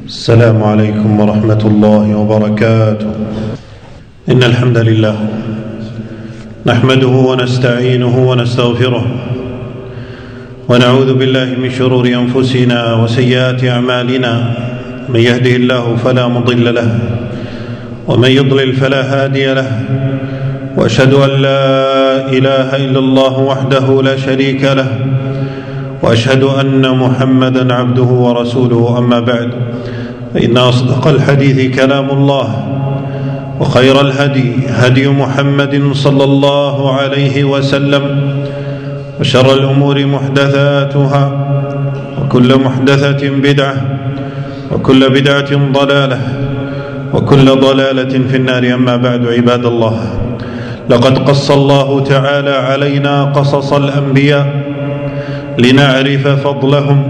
السلام عليكم ورحمة الله وبركاته. إن الحمد لله نحمده ونستعينه ونستغفره ونعوذ بالله من شرور أنفسنا وسيئات أعمالنا، من يهده الله فلا مضل له ومن يضلل فلا هادي له، وأشهد أن لا إله إلا الله وحده لا شريك له، وأشهد أن محمدًا عبده ورسوله. أما بعد، فإن أصدق الحديث كلام الله، وخير الهدي هدي محمد صلى الله عليه وسلم، وشر الأمور محدثاتها، وكل محدثة بدعة، وكل بدعة ضلالة، وكل ضلالة في النار. أما بعد، عباد الله، لقد قص الله تعالى علينا قصص الأنبياء لنعرف فضلهم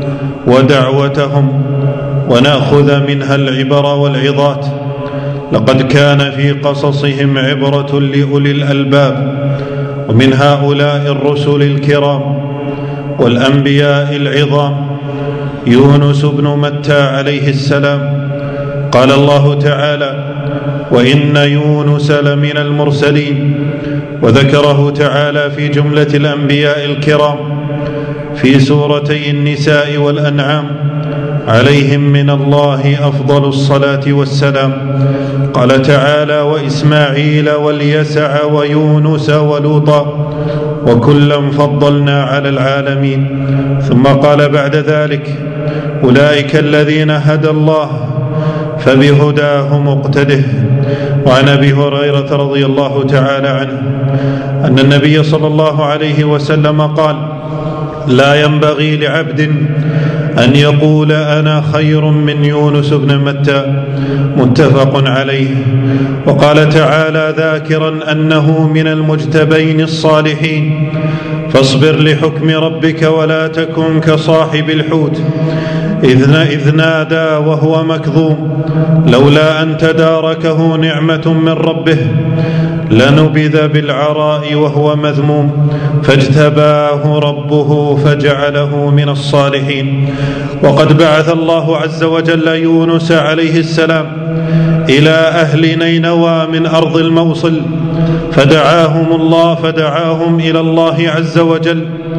ودعوتهم ونأخذ منها العبر والعظات. لقد كان في قصصهم عبرة لأولي الألباب، ومن هؤلاء الرسل الكرام والأنبياء العظام يونس بن متى عليه السلام. قال الله تعالى: وإن يونس لمن المرسلين. وذكره تعالى في جملة الأنبياء الكرام في سورتي النساء والأنعام عليهم من الله أفضل الصلاة والسلام. قال تعالى: وإسماعيل واليسع ويونس ولوطا وكلا فضلنا على العالمين. ثم قال بعد ذلك: أولئك الذين هدى الله فبهداه مقتده. وعن أبي هريرة رضي الله تعالى عنه أن النبي صلى الله عليه وسلم قال: لا ينبغي لعبد أن يقول أنا خير من يونس بن متى. متفق عليه. وقال تعالى ذاكرا أنه من المجتبين الصالحين: فاصبر لحكم ربك ولا تكن كصاحب الحوت إذ نادى وهو مكظوم لولا أن تداركه نعمة من ربه لنبذ بالعراء وهو مذموم فاجتباه ربه فجعله من الصالحين. وقد بعث الله عز وجل يونس عليه السلام إلى أهل نينوى من أرض الموصل، فدعاهم إلى الله عز وجل،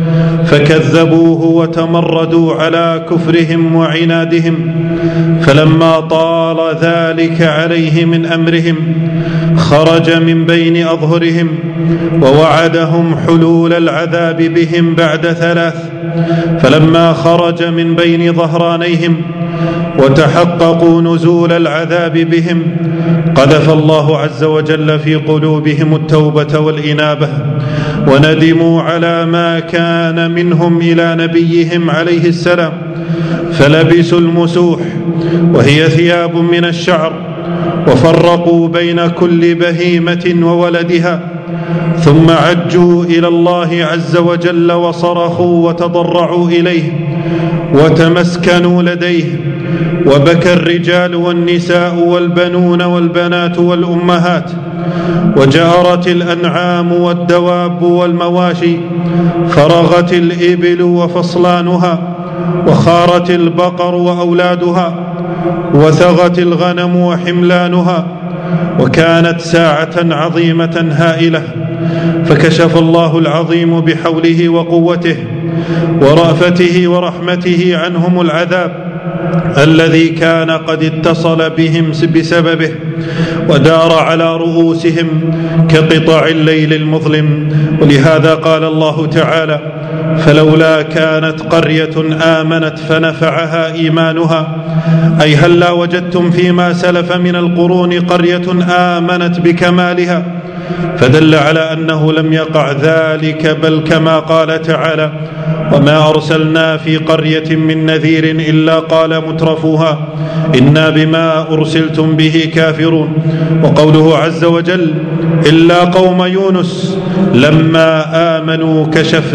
فكذبوه وتمردوا على كفرهم وعنادهم. فلما طال ذلك عليه من أمرهم خرج من بين أظهرهم ووعدهم حلول العذاب بهم بعد 3. فلما خرج من بين ظهرانيهم وتحققوا نزول العذاب بهم قذف الله عز وجل في قلوبهم التوبة والإنابة، وندموا على ما كان منهم إلى نبيهم عليه السلام، فلبسوا المسوح وهي ثياب من الشعر، وفرقوا بين كل بهيمة وولدها، ثم عجوا إلى الله عز وجل وصرخوا وتضرعوا إليه وتمسكنوا لديه، وبكى الرجال والنساء والبنون والبنات والأمهات، وجارت الأنعام والدواب والمواشي، فرغت الإبل وفصلانها، وخارت البقر وأولادها، وثغت الغنم وحملانها. وكانت ساعة عظيمة هائلة، فكشف الله العظيم بحوله وقوته ورأفته ورحمته عنهم العذاب الذي كان قد اتصل بهم بسببه ودار على رؤوسهم كقطع الليل المظلم. ولهذا قال الله تعالى: فلولا كانت قرية آمنت فنفعها إيمانها، أي هلا وجدتم فيما سلف من القرون قرية آمنت بكمالها، فدل على أنه لم يقع ذلك، بل كما قال تعالى: وما أرسلنا في قرية من نذير إلا قال مترفوها إنا بما أرسلتم به كافرون. وقوله عز وجل: إلا قوم يونس لما آمنوا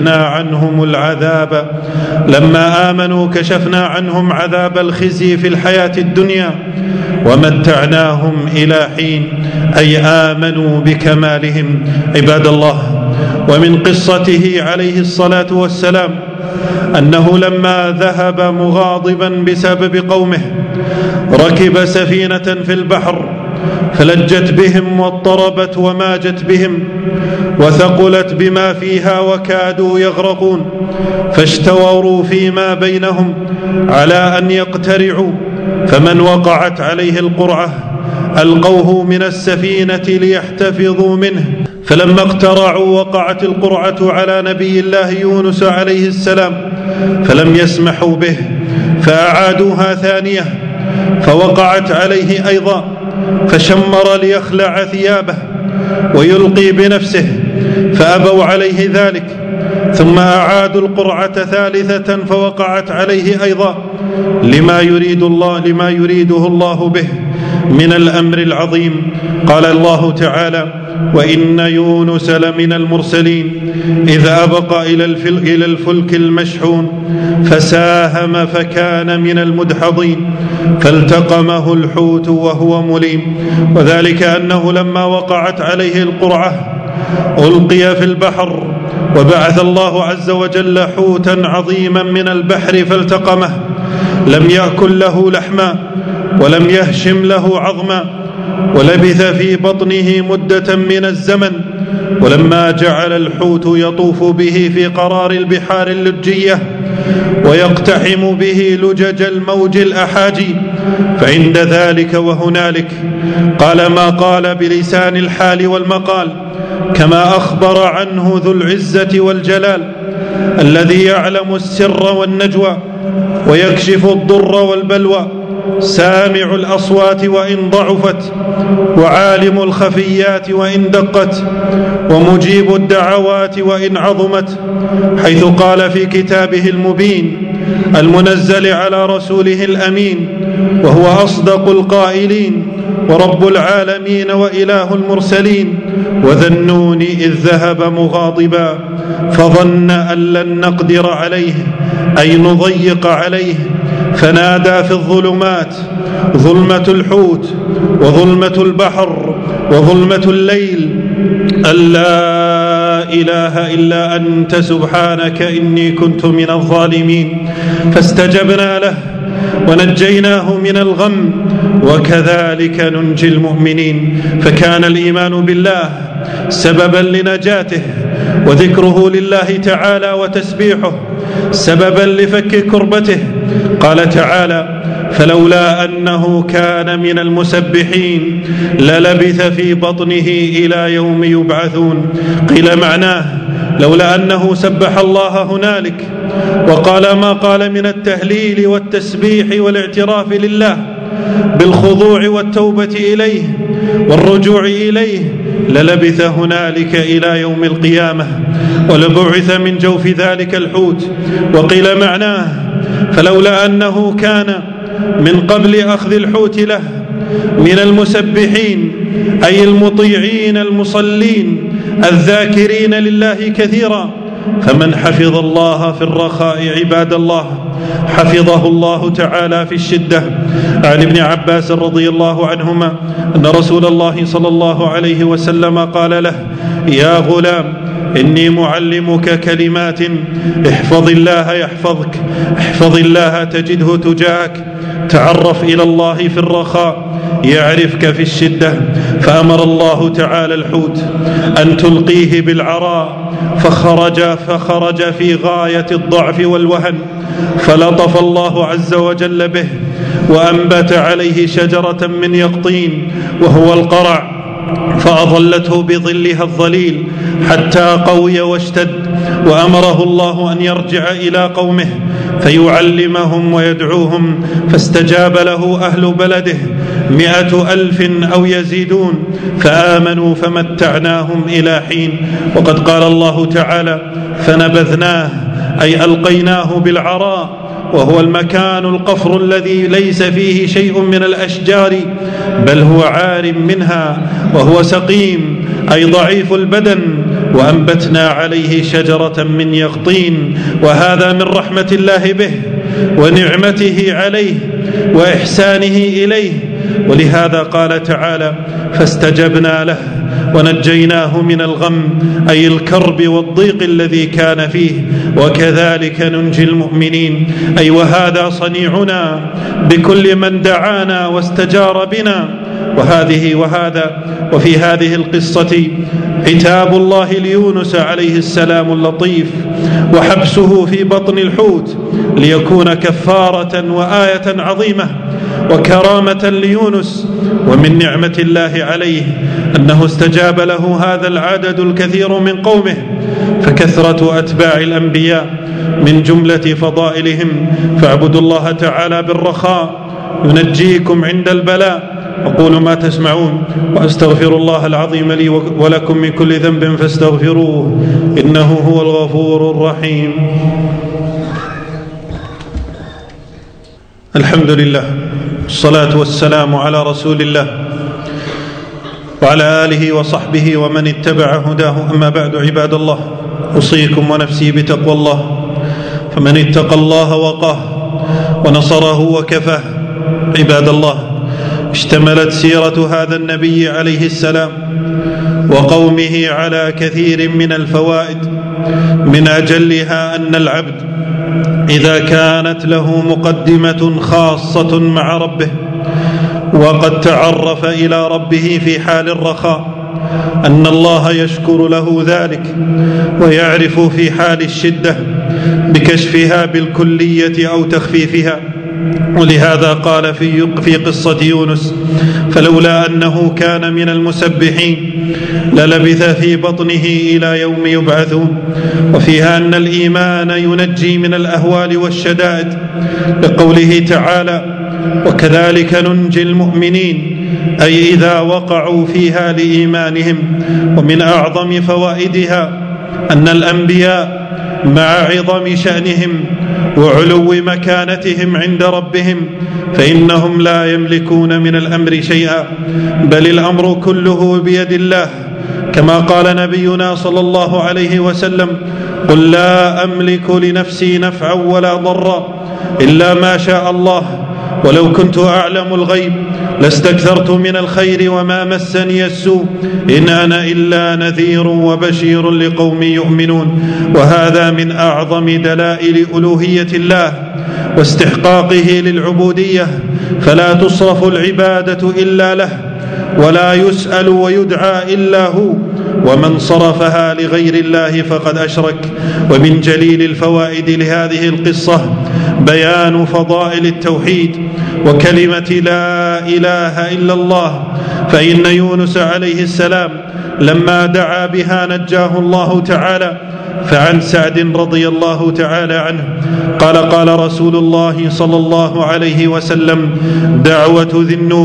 كشفنا عنهم عذاب الخزي في الحياة الدنيا ومتعناهم إلى حين، أي آمنوا بكمالهم. عباد الله، ومن قصته عليه الصلاة والسلام أنه لما ذهب مغاضبا بسبب قومه ركب سفينة في البحر فلجت بهم واضطربت وماجت بهم وثقلت بما فيها وكادوا يغرقون، فاشتوروا فيما بينهم على أن يقترعوا، فمن وقعت عليه القرعة ألقوه من السفينة ليحتفظوا منه، فلما اقترعوا وقعت القرعة على نبي الله يونس عليه السلام فلم يسمحوا به فأعادوها ثانية فوقعت عليه أيضا، فشمر ليخلع ثيابه ويلقي بنفسه فأبوا عليه ذلك، ثم أعادوا القرعة ثالثة فوقعت عليه أيضا لما يريده الله به من الأمر العظيم. قال الله تعالى: وإن يونس لمن المرسلين إذ أبق إلى الفلك المشحون فساهم فكان من المدحضين فالتقمه الحوت وهو مليم، وذلك أنه لما وقعت عليه القرعة ألقي في البحر وبعث الله عز وجل حوتا عظيما من البحر فالتقمه، لم يأكل له لحما ولم يهشم له عظما، ولبث في بطنه مدة من الزمن، ولما جعل الحوت يطوف به في قرار البحار اللجية ويقتحم به لجج الموج الأحاجي، فعند ذلك وهنالك قال ما قال بلسان الحال والمقال، كما أخبر عنه ذو العزة والجلال الذي يعلم السر والنجوى ويكشف الضر والبلوى، سامع الأصوات وإن ضعفت، وعالم الخفيات وإن دقت، ومجيب الدعوات وإن عظمت، حيث قال في كتابه المبين المنزل على رسوله الأمين وهو أصدق القائلين ورب العالمين وإله المرسلين: وذا النون إذ ذهب مغاضبا فظن أن لن نقدر عليه أي نضيق عليه فنادى في الظلمات، ظلمة الحوت وظلمة البحر وظلمة الليل، أن لا إله إلا أنت سبحانك إني كنت من الظالمين، فاستجبنا له ونجيناه من الغم وكذلك ننجي المؤمنين. فكان الإيمان بالله سببا لنجاته، وذكره لله تعالى وتسبيحه سببا لفك كربته. قال تعالى: فلولا أنه كان من المسبحين للبث في بطنه إلى يوم يبعثون. قيل معناه: لولا أنه سبح الله هنالك وقال ما قال من التهليل والتسبيح والاعتراف لله بالخضوع والتوبة إليه والرجوع إليه للبث هنالك إلى يوم القيامة ولبعث من جوف ذلك الحوت. وقيل معناه: فلولا أنه كان من قبل أخذ الحوت له من المسبحين أي المطيعين المصلين الذاكرين لله كثيرا، فمن حفظ الله في الرخاء عباد الله حفظه الله تعالى في الشدة. عن ابن عباس رضي الله عنهما أن رسول الله صلى الله عليه وسلم قال له: يا غلام إني معلمك كلمات احفظ الله يحفظك، احفظ الله تجده تجاهك، تعرف إلى الله في الرخاء يعرفك في الشدة. فأمر الله تعالى الحوت أن تلقيه بالعراء فخرج في غاية الضعف والوهن، فلطف الله عز وجل به وأنبت عليه شجرة من يقطين وهو القرع، فأظلته بظلها الظليل حتى قوي واشتد، وأمره الله أن يرجع إلى قومه فيعلمهم ويدعوهم، فاستجاب له أهل بلده 100,000 أو يزيدون فآمنوا فمتعناهم إلى حين. وقد قال الله تعالى: فنبذناه أي ألقيناه بالعراء، وهو المكان القفر الذي ليس فيه شيء من الأشجار بل هو عار منها، وهو سقيم أي ضعيف البدن، وأنبتنا عليه شجرة من يقطين. وهذا من رحمة الله به ونعمته عليه وإحسانه إليه، ولهذا قال تعالى: فاستجبنا له ونجيناه من الغم أي الكرب والضيق الذي كان فيه، وكذلك ننجي المؤمنين. أي وهذا صنيعنا بكل من دعانا واستجار بنا. وفي هذه القصة عتاب الله ليونس عليه السلام اللطيف، وحبسه في بطن الحوت ليكون كفارة وآية عظيمة وكرامة ليونس. ومن نعمة الله عليه أنه استجاب له هذا العدد الكثير من قومه، فكثرة أتباع الأنبياء من جملة فضائلهم. فاعبدوا الله تعالى بالرخاء ينجيكم عند البلاء. أقول ما تسمعون وأستغفر الله العظيم لي ولكم من كل ذنب فاستغفروه إنه هو الغفور الرحيم. الحمد لله، الصلاة والسلام على رسول الله وعلى آله وصحبه ومن اتبع هداه. أما بعد، عباد الله، أوصيكم ونفسي بتقوى الله، فمن اتقى الله وقاه ونصره وكفاه. عباد الله، اشتملت سيرة هذا النبي عليه السلام وقومه على كثير من الفوائد، من أجلها أن العبد إذا كانت له مقدمة خاصة مع ربه وقد تعرف إلى ربه في حال الرخاء أن الله يشكر له ذلك، ويعرف في حال الشدة بكشفها بالكلية أو تخفيفها. ولهذا قال في قصة يونس: فلولا أنه كان من المسبحين للبث في بطنه إلى يوم يبعثون. وفيها أن الإيمان ينجي من الأهوال والشدائد، لقوله تعالى: وكذلك ننجي المؤمنين، أي إذا وقعوا فيها لإيمانهم. ومن أعظم فوائدها أن الأنبياء مع عظم شأنهم وعلو مكانتهم عند ربهم فإنهم لا يملكون من الأمر شيئا، بل الأمر كله بيد الله، كما قال نبينا صلى الله عليه وسلم: قل لا أملك لنفسي نفعا ولا ضرا إلا ما شاء الله، ولو كنت أعلم الغيب لاستكثرت من الخير وما مسني السوء، إن أنا إلا نذير وبشير لقوم يؤمنون. وهذا من أعظم دلائل ألوهية الله واستحقاقه للعبودية، فلا تصرف العبادة إلا له، ولا يسأل ويدعى إلا هو، ومن صرفها لغير الله فقد أشرك. ومن جليل الفوائد لهذه القصة بيان فضائل التوحيد وكلمة لا إله إلا الله، فإن يونس عليه السلام لما دعا بها نجاه الله تعالى. فعن سعد رضي الله تعالى عنه قال: قال رسول الله صلى الله عليه وسلم: دعوة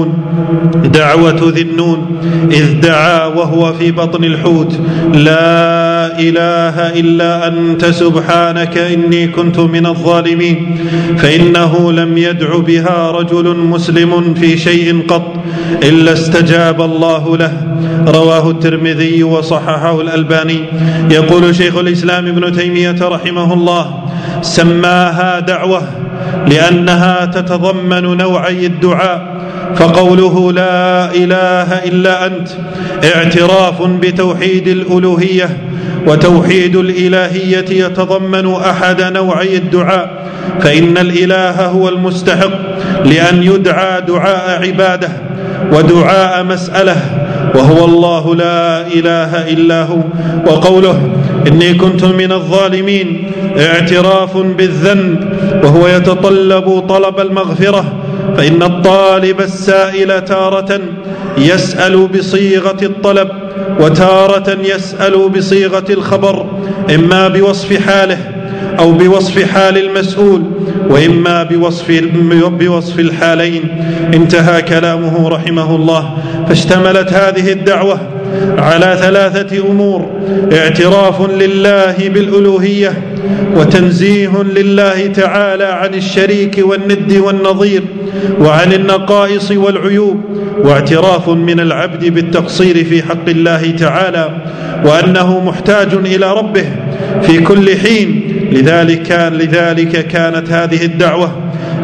ذي النون إذ دعا وهو في بطن الحوت: لا إله إلا أنت سبحانك إني كنت من الظالمين، فإنه لم يدع بها رجل مسلم في شيء قط إلا استجاب الله له. رواه الترمذي وصححه الألباني. يقول شيخ الإسلام ابن تيمية رحمه الله: سماها دعوة لأنها تتضمن نوعي الدعاء، فقوله لا إله إلا أنت اعتراف بتوحيد الألوهية، وتوحيد الإلهية يتضمن أحد نوعي الدعاء، فإن الإله هو المستحق لأن يدعى دعاء عبادة ودعاء مسألة، وهو الله لا إله إلا هو. وقوله إني كنت من الظالمين اعتراف بالذنب، وهو يتطلب طلب المغفرة، فإن الطالب السائل تارة يسأل بصيغة الطلب وتارة يسأل بصيغة الخبر، إما بوصف حاله أو بوصف حال المسؤول، وإما بوصف الحالين. انتهى كلامه رحمه الله. فاشتملت هذه الدعوة على 3 أمور: اعتراف لله بالألوهية، وتنزيه لله تعالى عن الشريك والند والنظير وعن النقائص والعيوب، واعتراف من العبد بالتقصير في حق الله تعالى، وأنه محتاج إلى ربه في كل حين. لذلك كانت هذه الدعوة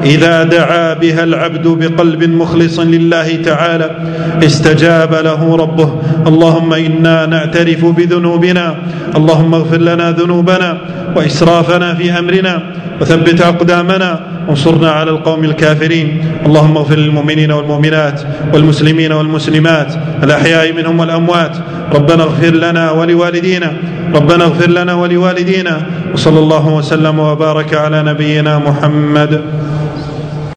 إذا دعا بها العبد بقلب مخلص لله تعالى استجاب له ربه. اللهم إنا نعترف بذنوبنا، اللهم اغفر لنا ذنوبنا وإسرافنا في أمرنا وثبت أقدامنا وانصرنا على القوم الكافرين. اللهم اغفر للمؤمنين والمؤمنات والمسلمين والمسلمات الأحياء منهم والأموات. ربنا اغفر لنا ولوالدينا، ربنا اغفر لنا ولوالدينا. وصلى الله وسلم وبارك على نبينا محمد.